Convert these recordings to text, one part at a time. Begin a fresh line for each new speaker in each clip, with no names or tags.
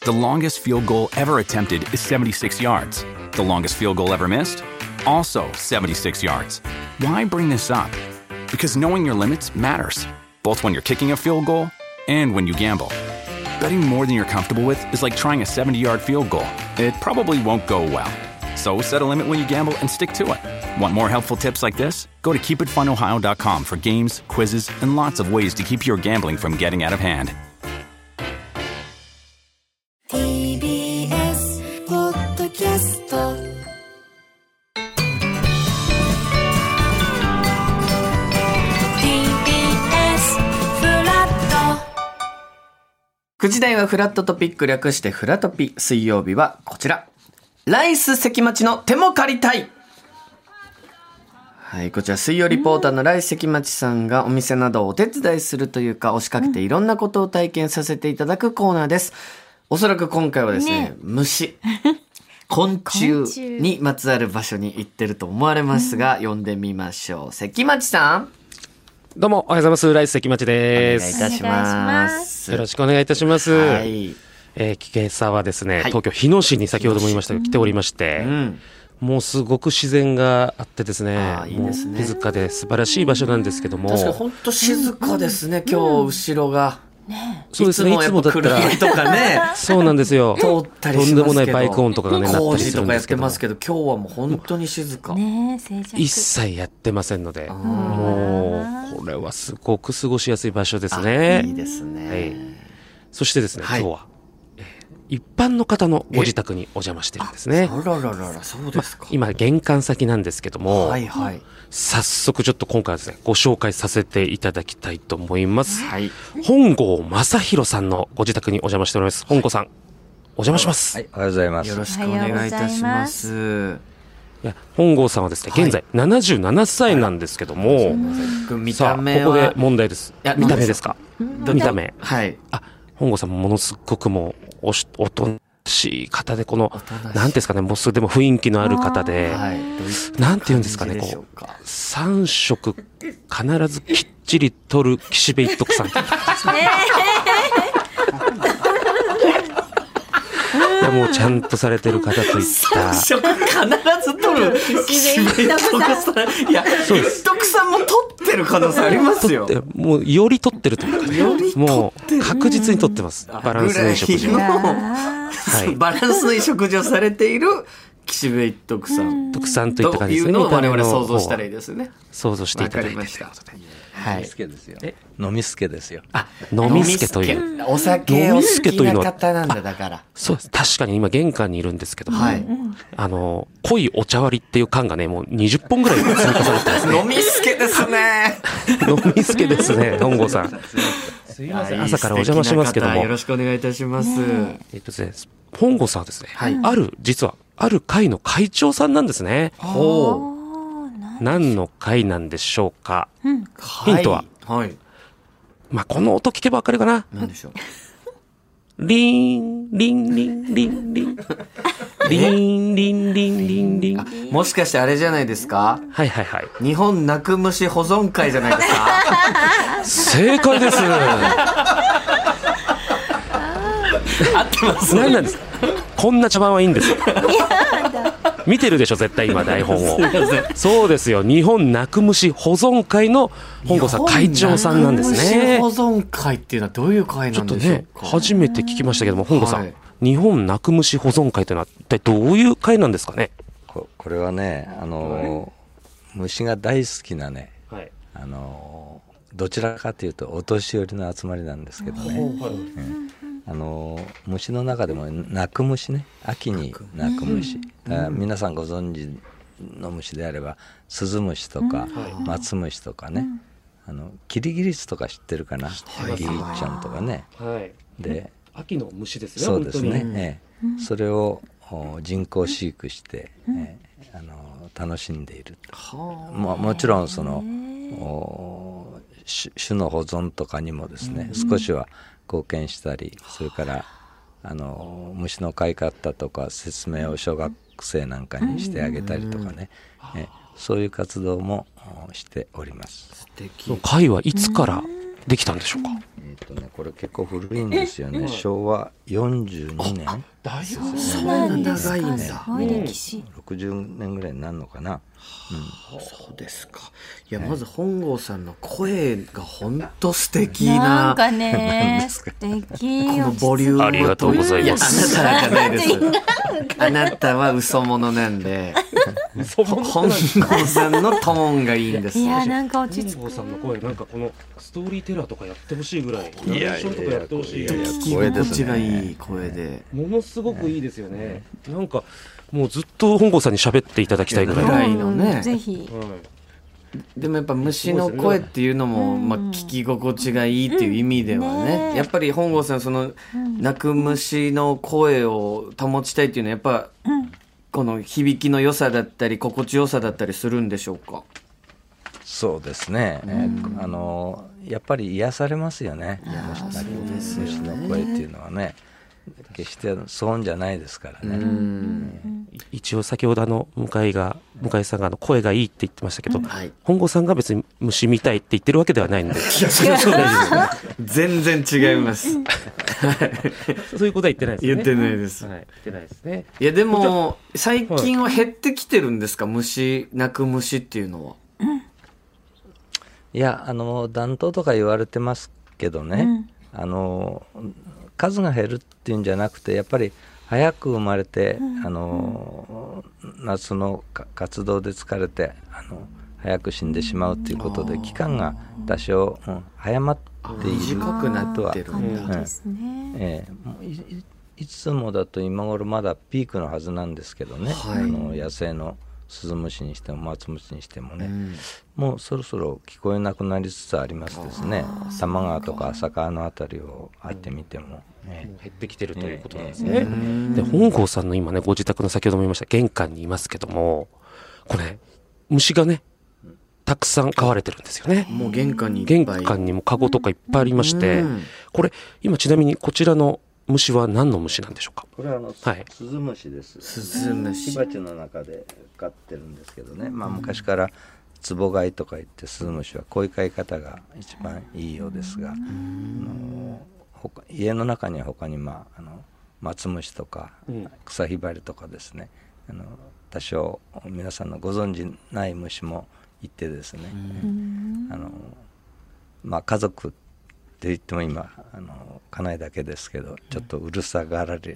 The longest field goal ever attempted is 76 yards. The longest field goal ever missed? Also 76 yards. Why bring this up? Because knowing your limits matters, both when you're kicking a field goal and when you gamble. Betting more than you're comfortable with is like trying a 70-yard field goal. It probably won't go well. So set a limit when you gamble and stick to it. Want more helpful tips like this? Go to keepitfunohio.com for games, quizzes, and lots of ways to keep your gambling from getting out of hand.
TBS ポッドキャスト
9時台はフラットトピック略してフラトピ。水曜日はこちら、ライス関町の手も借りたい。はい、こちら水曜リポーターのライス関町さんがお店などをお手伝いするというか、押しかけていろんなことを体験させていただくコーナーです。おそらく今回はですね、虫昆虫にまつわる場所に行ってると思われますが、呼んでみましょう。関町さん、
どうもおはようございます。ライス関町で
お願いい
す。
たします。
よろしくお願いいたします。
はい、
今朝はですね、
はい、
東京日野市に先ほども言いましたが来ておりまして、もうすごく自然があってですね、
いいですね、
もう静かで素晴らしい場所なんですけども、
確かに本当静かですね、今日後ろが、
そうですね、いつもだったら
車とかね
そうなんですよ、
通ったりしますけど、
とんでもないバイク音とかがね、なったりするん
工事とかや
ですけど、
ってますけど、今日はもう本当に静か、
一切やってませんので、もうこれはすごく過ごしやすい場所ですね。
いいですね、
はい、そしてですね、
はい、
今日は一般の方のご自宅にお邪魔してるんですね。
あらららら、そうですか。
今玄関先なんですけども、
はいはい、
早速ちょっと今回はですね、ご紹介させていただきたいと思います。
はい、
本郷正弘さんのご自宅にお邪魔しております。本郷さん、お邪魔します。
はい、おはようございます。
よろしくお願いいたします。
いや、本郷さんはですね、現在77歳なんですけども、
見
さあ、こ
た目は
こで問題です。見た目ですか？見た目。
はい。
本郷さんもものすごくもうおとなしい方で、このなんていうんですかね、もうそれでも雰囲気のある方で、なんていうんですかね、こう3食必ずきっちり取る岸辺一徳さん。いや、もうちゃんとされてる方といった
3食必ず取る岸辺一徳さん。いや、一徳さんも取ってる可能性ありますよ。
もうより取ってるというかね、もう確実に取ってます。バランスのいい食事を。
バランスのいい食事をされている岸辺一徳さん。
徳さんといった感じですね。
というのを我々想像したらいいですね。
想像していただいてということで。
飲みすけですよ。飲みすけですよ。
飲みすけという。
お酒を好きな方なんだ、だから。
そうです。確かに今玄関にいるんですけども、濃いお茶割りっていう缶がね、もう20本ぐらい積み重なってますね。
飲みすけですね。
飲みすけですね、本郷さん。すいません、朝からお邪魔しますけども。
よろしくお願いいたします。
本郷さんはですね、実は、ある会の会長さんなんですね。何の会なんでしょうか。ヒントは、まあ、この音聞けばわかるかな。
何でしょう。
リン、リン、リン、リン、リン。リン、リン、リン、リン、リン。
もしかしてあれじゃないですか。
はいはいはい。
日本泣く虫保存会じゃないですか。
正解です。
合ってます。
何なんですか。こんな茶番はいいんですよ。見てるでしょ絶対今台本を。そうですよ、日本泣く虫保存会の本郷さん会長さんなんですね。
保存会っていうのはどういう会なんでしょうか。
ちょっとね、初めて聞きましたけども、本郷さん、日本泣く虫保存会というのは一体どういう会なんですかね。
これはね、虫が大好きなね、どちらかというとお年寄りの集まりなんですけどね。虫の中でも鳴く虫ね、秋に鳴く虫、皆さんご存知の虫であればスズムシとか、マツムシとかね、キリギリスとか知ってるかな、ギリッチョンとかね、で
秋の虫ですね。
そうですね、それを人工飼育して、楽しんでいる。もちろんその種の保存とかにもですね、少しは貢献したり、それから虫の飼い方とか説明を小学生なんかにしてあげたりとかね、そういう活動もしております。
会はいつからできたんでしょうか。
これ結構古いんですよね。昭和42年。
だいぶ
そうなんですか。
長いんだ
すごい歴史。
60年ぐらいになるのかな。
そうですか。いや、まず本郷さんの声が本当素敵
なん
な。
かね、素敵。
このボリュームと
ありがとうございます。
や、あなたじゃないです。あなたは嘘物なんで、本郷さんのトーンがいいんです。
いや、なんか落ち着く。
本郷さんの声、なんかこのストーリーテラーとかやってほしいぐらい、ナレ
いや
ーションとかやってほしい。
聞き心地がいい声で。
ものすごくいいですよね。なんかもうずっと本郷さんに喋っていただきたいぐらい。
ぐらいのね。
ぜひ。
でもやっぱ虫の声っていうのも、まあ、聞き心地がいいっていう意味ではね、やっぱり本郷さんその鳴く虫の声を保ちたいっていうのはやっぱ、この響きの良さだったり心地よさだったりするんでしょうか。
そうですね、やっぱり癒されますよね。虫の声っていうのはね、決して騒音じゃないですからね。
一応先ほど向井さんが声がいいって言ってましたけど、本郷さんが別に虫みたいって言ってるわけではないので、
全然違います。
そういうことは言ってないですね。
言ってないです。
はい、言ってないですね。
いやでも最近は減ってきてるんですか、鳴く虫っていうのは。
いや、暖冬とか言われてますけどね、数が減るっていうんじゃなくて、やっぱり早く生まれて、夏の活動で疲れて早く死んでしまうということで、期間が多少、早まっている
短くなってるんだ。
いつもだと今頃まだピークのはずなんですけどね、野生のスズムシにしてもマツムシにしてもね、もうそろそろ聞こえなくなりつつありますですね。多摩川とか浅川のあたりを入ってみても、
減ってきてるということなんですね。で、本郷さんの今ね、ご自宅の先ほども言いました玄関にいますけども、これ虫がねたくさん飼われてるんですよね。
もう玄関に
玄関にもカゴとかいっぱいありまして、これ今ちなみにこちらの虫は何の虫なんでしょうか。
これはスズムシです。
スズムシ。
火鉢の中で飼ってるんですけどね、昔からつぼ飼いとか言って、スズムシはこういう飼い方が一番いいようですが、家の中には他にマツムシとか草ヒバリとかですね、多少皆さんのご存じない虫もいてですね、家族って言っても今家内だけですけど、ちょっとうるさがられて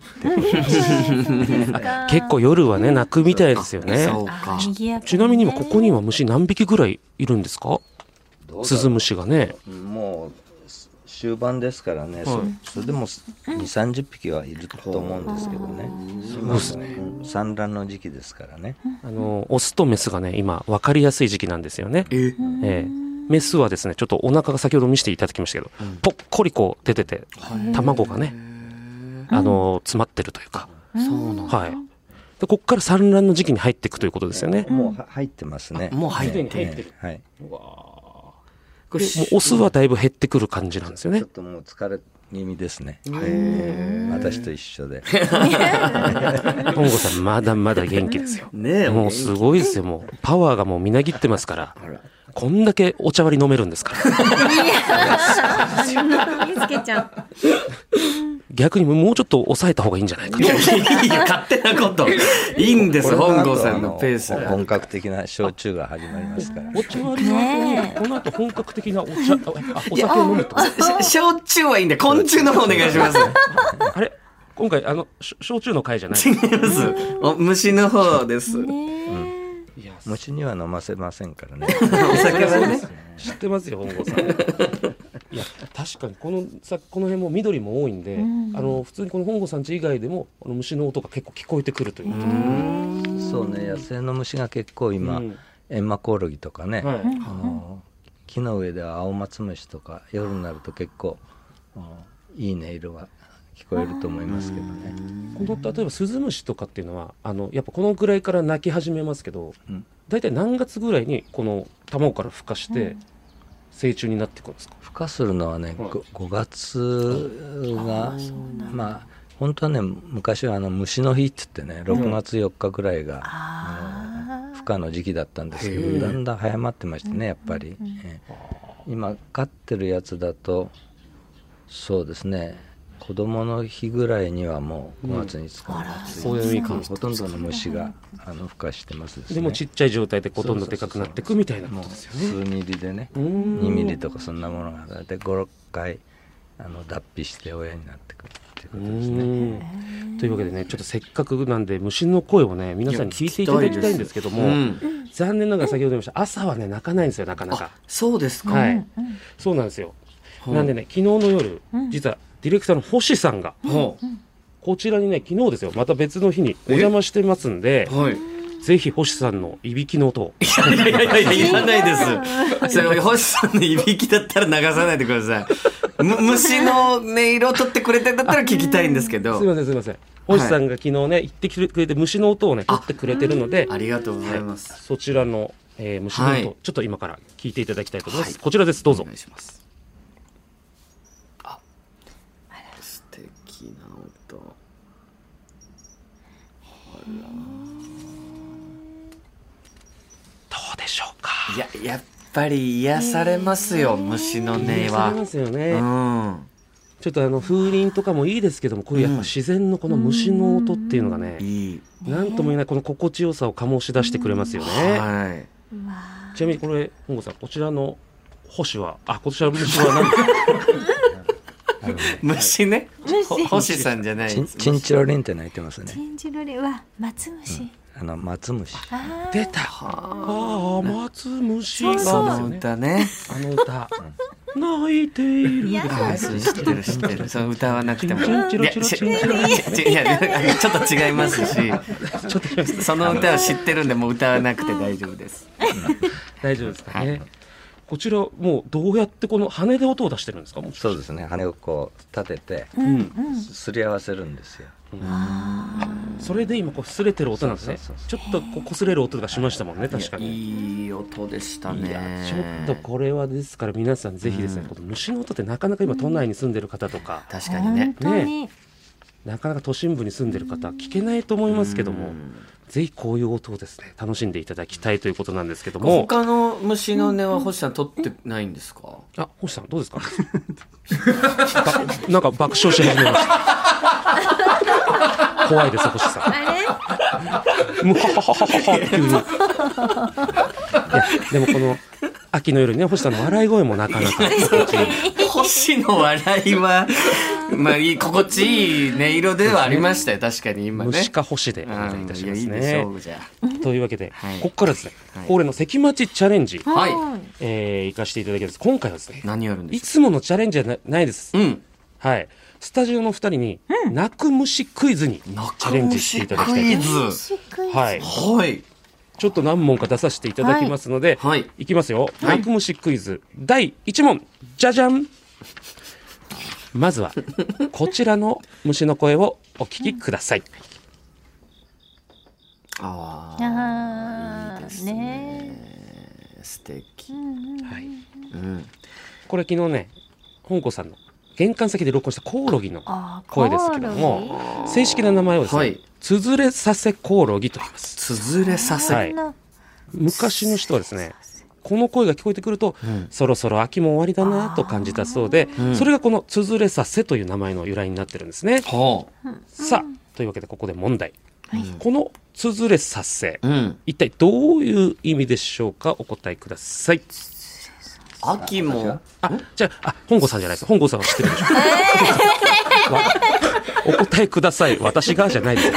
結構夜はね鳴くみたいですよね。ちなみに今ここには虫何匹ぐらいいるんですか。スズムシがね、
もう終盤ですからね、それでも2、30匹はいると思うんですけどね。
そうですね。
産卵の時期ですからね。
オスとメスがね今分かりやすい時期なんですよね。メスはですねちょっとお腹が先ほど見せていただきましたけど、ぽっこりこう出てて、卵がね詰まってるというか、はい。でここから産卵の時期に入っていくということですよね。
もう入ってますね。
もう入って
る。
はい。
もうオスはだいぶ減ってくる感じなんですよね。
ちょっともう疲れ気味ですね。私と一緒で。
本郷さんまだまだ元気ですよ。もうすごいですよ。もうパワーがもうみなぎってますから。こんだけお茶割り飲めるんですから。
見つけちゃう。
逆にもうちょっと抑えた方がいいんじゃないかと。
いや勝手なこと。いいんです、本郷さんのペース。
本格的な焼酎が始まりますから。
お茶割りはこの後本格的なお酒を飲むと。
焼酎はいいんで、昆虫の方お願いします。
あれ今回焼酎の会じゃない。
違います。虫の方です。
虫には飲ませませんからね。
お酒はね。
知ってますよ、本郷さん。いや、確かにこの辺も緑も多いんで、普通にこの本郷さん家以外でも虫の音が結構聞こえてくるということで。
そうね、野生の虫が結構今、エンマコオロギとかね、木の上ではアオマツムシとか、夜になると結構いい音色が聞こえると思いますけどね。
例えばスズムシとかっていうのはやっぱこのぐらいから鳴き始めますけど、大体何月ぐらいにこの卵から孵化して成虫になっていくんですか。
孵化するのはね、5月が本当はね、昔は虫の日って言ってね、6月4日ぐらいが孵化の時期だったんですけど、だんだん早まってましてね、やっぱり。 今飼ってるやつだとそうですね、子供の日ぐらいにはもう5月に使う
そういう意味か。
ほとんどの虫が孵化してますですね。
でもちっちゃい状態でほとんどでかくなっていくみたいなことですよね。
数ミリでね、2ミリとかそんなものが大体5、6回脱皮して親になってくるっていうことですね。
というわけでね、ちょっとせっかくなんで虫の声をね皆さんに聞いていただきたいんですけども、残念ながら先ほど言いました朝はね鳴かないんですよ、なかなか。
そうですか。
はい、そうなんですよ。なんでね、昨日の夜、実はディレクターの星さんが、こちらにね昨日ですよ、また別の日にお邪魔してますんで、ぜひ星さんのいびきの音を。
いやいらないです。それ星さんのいびきだったら流さないでください。虫の音色を取ってくれてんだったら聞きたいんですけど。
すいません。星さんが昨日ね言ってくれて虫の音をね取ってくれてるので、
ありがとうございます。
そちらの、虫の音、ちょっと今から聞いていただきたいと思います。こちらです、どうぞ。
お願いします。素敵な音。
どうでしょうか。
やっぱり癒されますよ、虫の音は。
癒されますよね。ちょっと風鈴とかもいいですけども、こういうやっぱ自然のこの虫の音っていうのがね、なんとも言えないこの心地よさを醸し出してくれますよね。ちなみにこれ本郷さん、こちらの星はこちらの虫は何
虫ね、星さんじゃないです。
チンチロリンって鳴いてますね。
チンチロリンは松虫。
松虫。
出た。松虫。
あの歌ね。
泣いている。
知ってる。その歌わなくても。いや、ちょっと違いますし、その歌は知ってるんで、もう歌わなくて大丈夫です。
大丈夫ですかね。こちらもうどうやってこの羽で音を出してるんですか。
そうですね、羽をこう立ててすり合わせるんですよ。
それで今こう擦れてる音なんですね。ちょっとこう擦れる音がしましたもんね。確かに
いい音でしたね。
ちょっとこれはですから皆さんぜひですね、この虫の音ってなかなか今都内に住んでる方とか、
確かにね、
なかなか都心部に住んでる方は聞けないと思いますけども、ぜひこういう音をですね楽しんでいただきたいということなんですけども。
他の虫の音は星さん取ってないんですか。
星さんどうですか。なんか爆笑し始めました。怖いです星さん。むはははは急に。いやでもこの秋の夜にね、星さんの笑い声もなかなか
星の笑いは心地いい音色ではありましたよ。確かに今ね。
虫か星でお願いいたしますね。というわけで、ここからですね、恒例の関町チャレンジ、行かせていただきます。今回はですね、
何やるんですか。
いつものチャレンジじゃないです。はい。スタジオの2人に泣く虫クイズにチャレンジしていただきたいと思います。はい。ちょっと何問か出させていただきますので、いきますよ。泣く虫クイズ第1問、じゃじゃん。まずはこちらの虫の声をお聞きください。いい
ですね。素敵。
これ昨日ね、本郷さんの玄関先で録音したコオロギの声ですけども、正式な名前をですね、つづれさせコオロギと言います。
つづれさせ。
昔の人はですね、この声が聞こえてくると、そろそろ秋も終わりだなと感じたそうで、それがこのつづれさせという名前の由来になってるんですね。さあというわけでここで問題。このつづれさせ、一体どういう意味でしょうか。お答えください。
秋も
じゃあ本郷さんじゃないです。本郷さんは知ってるでしょ。お答えください。私がじゃないです。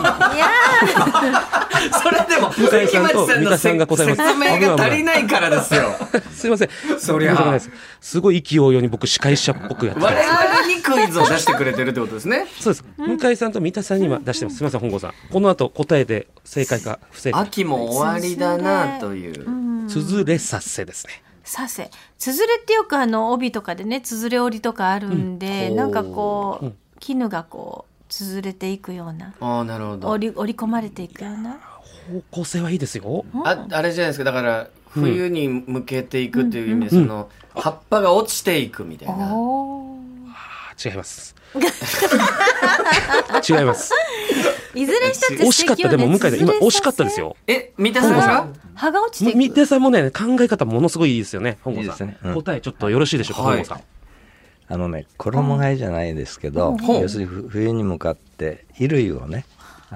それでも
向井さんと三田さんが答えます。
説明が足りないからですよ。
すいません。そりゃすごい意気揚々に僕司会者っぽくやってます。
我々にクイズを出してくれてるってことですね。
そうです。向井さんと三田さんに今出してます。すみません、本郷さん。この後答えで正解か不正解。
秋も終わりだなという。
つづれさせですね。
させ。つづれってよく帯とかでね、つづれ織りとかあるんで、なんかこう絹がこうつづれていくような。
なるほど。
織り込まれていくような。
方向性はいいですよ。
あれじゃないですか。だから冬に向けていくという意味で、その葉っぱが落ちていくみたいな。
違います。違います。
いずれにしたって
惜しかった。でも向井さん今惜しかったですよ。
三田さんが
葉が落ちていく。
三田さんもね、考え方ものすごいいいですよね。本郷さん。
いいですねうん
答えちょっとよろしいでしょうか、
はい
本郷さん。
衣替えじゃないですけど、要するに冬に向かって衣類をね、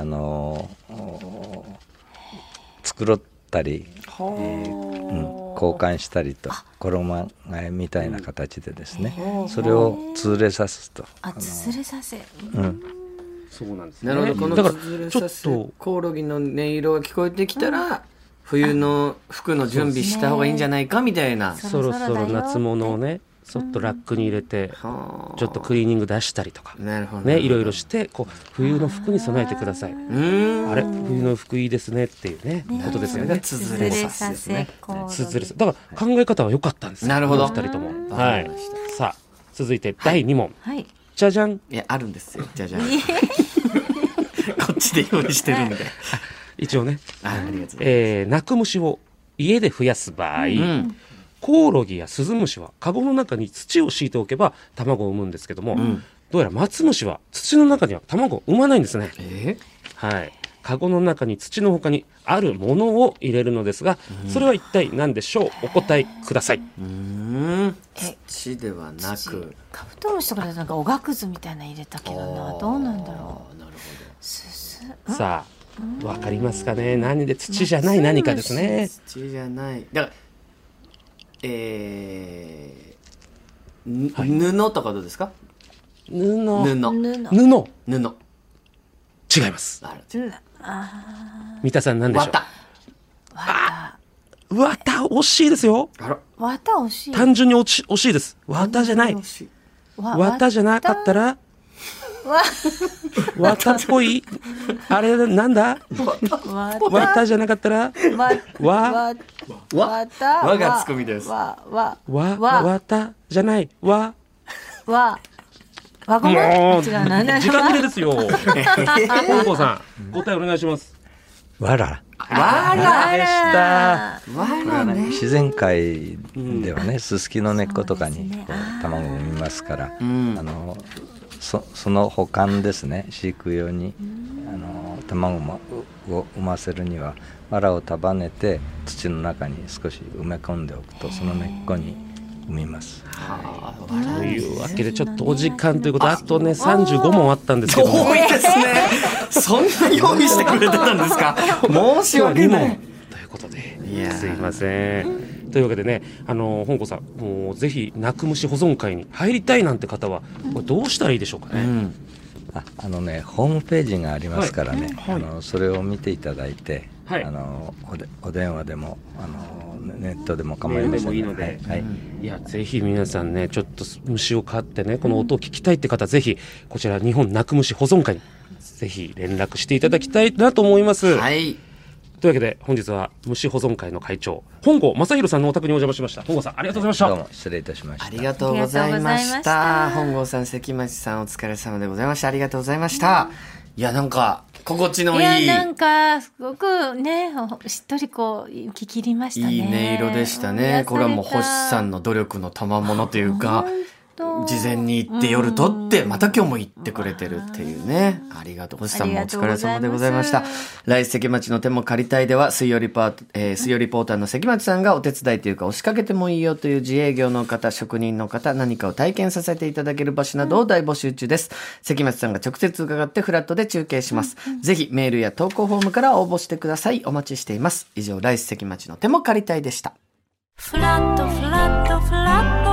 繕ったり、交換したりと衣替えみたいな形でですね、それを通れさすと。
つれさせ。
そうなんですね。
なるほど。こ
だか
のつづれ
らちょっ
させ
と
コオロギの音色が聞こえてきたら、冬の服の準備した方がいいんじゃないかみたいな。
そろそろ夏物をね、そっとラックに入れて、
は
ちょっとクリーニング出したりとか、
あなるほど
ね、いろいろしてこう冬の服に備えてください。あれ冬の服いいですねっていうねことですよね。
つづれさせですね。
つづれさだから考え方は良かったんですよ。
なるほど
お二人とも。
わか
はい
りまし。
さあ続いて第2問。
はい。
じゃじゃん。
いやあるんですよ。じゃじゃん。こっちで用意してるんで。
一応ね、
ありがとうございます。
鳴く虫を家で増やす場合、
ん
コオロギやスズムシはカゴの中に土を敷いておけば卵を産むんですけども、どうやらマツムシは土の中には卵を産まないんですね。はい。カゴの中に土の他にあるものを入れるのですが、それは一体何でしょう。お答えください。
土ではなく。
カブトムシとかでなんかおがくずみたいなの入れたけどな、どうなんだろう。
なる
さあ、わかりますかね。何で土じゃない何かですね。
土じゃない。だから
はい
布とかどうですか？
布。
布。
違います。
あ
三田さん何でしょう。
綿。
綿惜しいですよ。
あら。
綿惜しい。
単純に惜しいです。綿じゃない。綿じゃなかったら綿っぽいあれなんだ。綿じゃなかったら
わがつくみたいです。
綿じゃない
輪ゴム。
もう
違うな。
時間切れですよ。本郷さん答えお願いします。
わら。
わら
でした。
自然界ではね、ススキの根っことかにこう卵を産みますから、その保管ですね、飼育用に卵を産ませるには藁を束ねて土の中に少し埋め込んでおくと、その根っこに産みます。
というわけでちょっとお時間ということで、あとね35問あったんですけども、
多いですね。そんな用意してくれてたんですか？申し訳
2問
ない。
ということで、
いやー
すいません。というわけでね、本郷さん、もうぜひ鳴く虫保存会に入りたいなんて方はこれどうしたらいいでしょうかね。
ホームページがありますからね、それを見ていただいて、
はい
お電話でもネットでも構いませんので、
メールでもいいので、
はい、
いやぜひ皆さんね、ちょっと虫を飼ってね、この音を聞きたいって方、ぜひこちら日本鳴く虫保存会にぜひ連絡していただきたいなと思います。
はい。
というわけで本日は虫保存会の会長本郷正弘さんのお宅にお邪魔しました。本郷さんありがとうございました。
どうも失礼いたしました。
ありがとうございまし。本郷さん、関町さん、お疲れ様でございました。ありがとうございました。いや、なんか心地のいい。
いや、なんかすごくね、しっとりこう聞き切りましたね。
いい音色でしたね。これはもう星さんの努力の賜物というか、事前に行って夜撮ってまた今日も行ってくれてるっていうね。ありがとう。星さんもお疲れ様でございました。来関町の手も借りたいでは水曜リポーターの関町さんがお手伝いというか押しかけてもいいよという自営業の方、職人の方、何かを体験させていただける場所などを大募集中です。関町さんが直接伺ってフラットで中継します。ぜひメールや投稿フォームから応募してください。お待ちしています。以上、来関町の手も借りたいでした。
フラットフラットフラット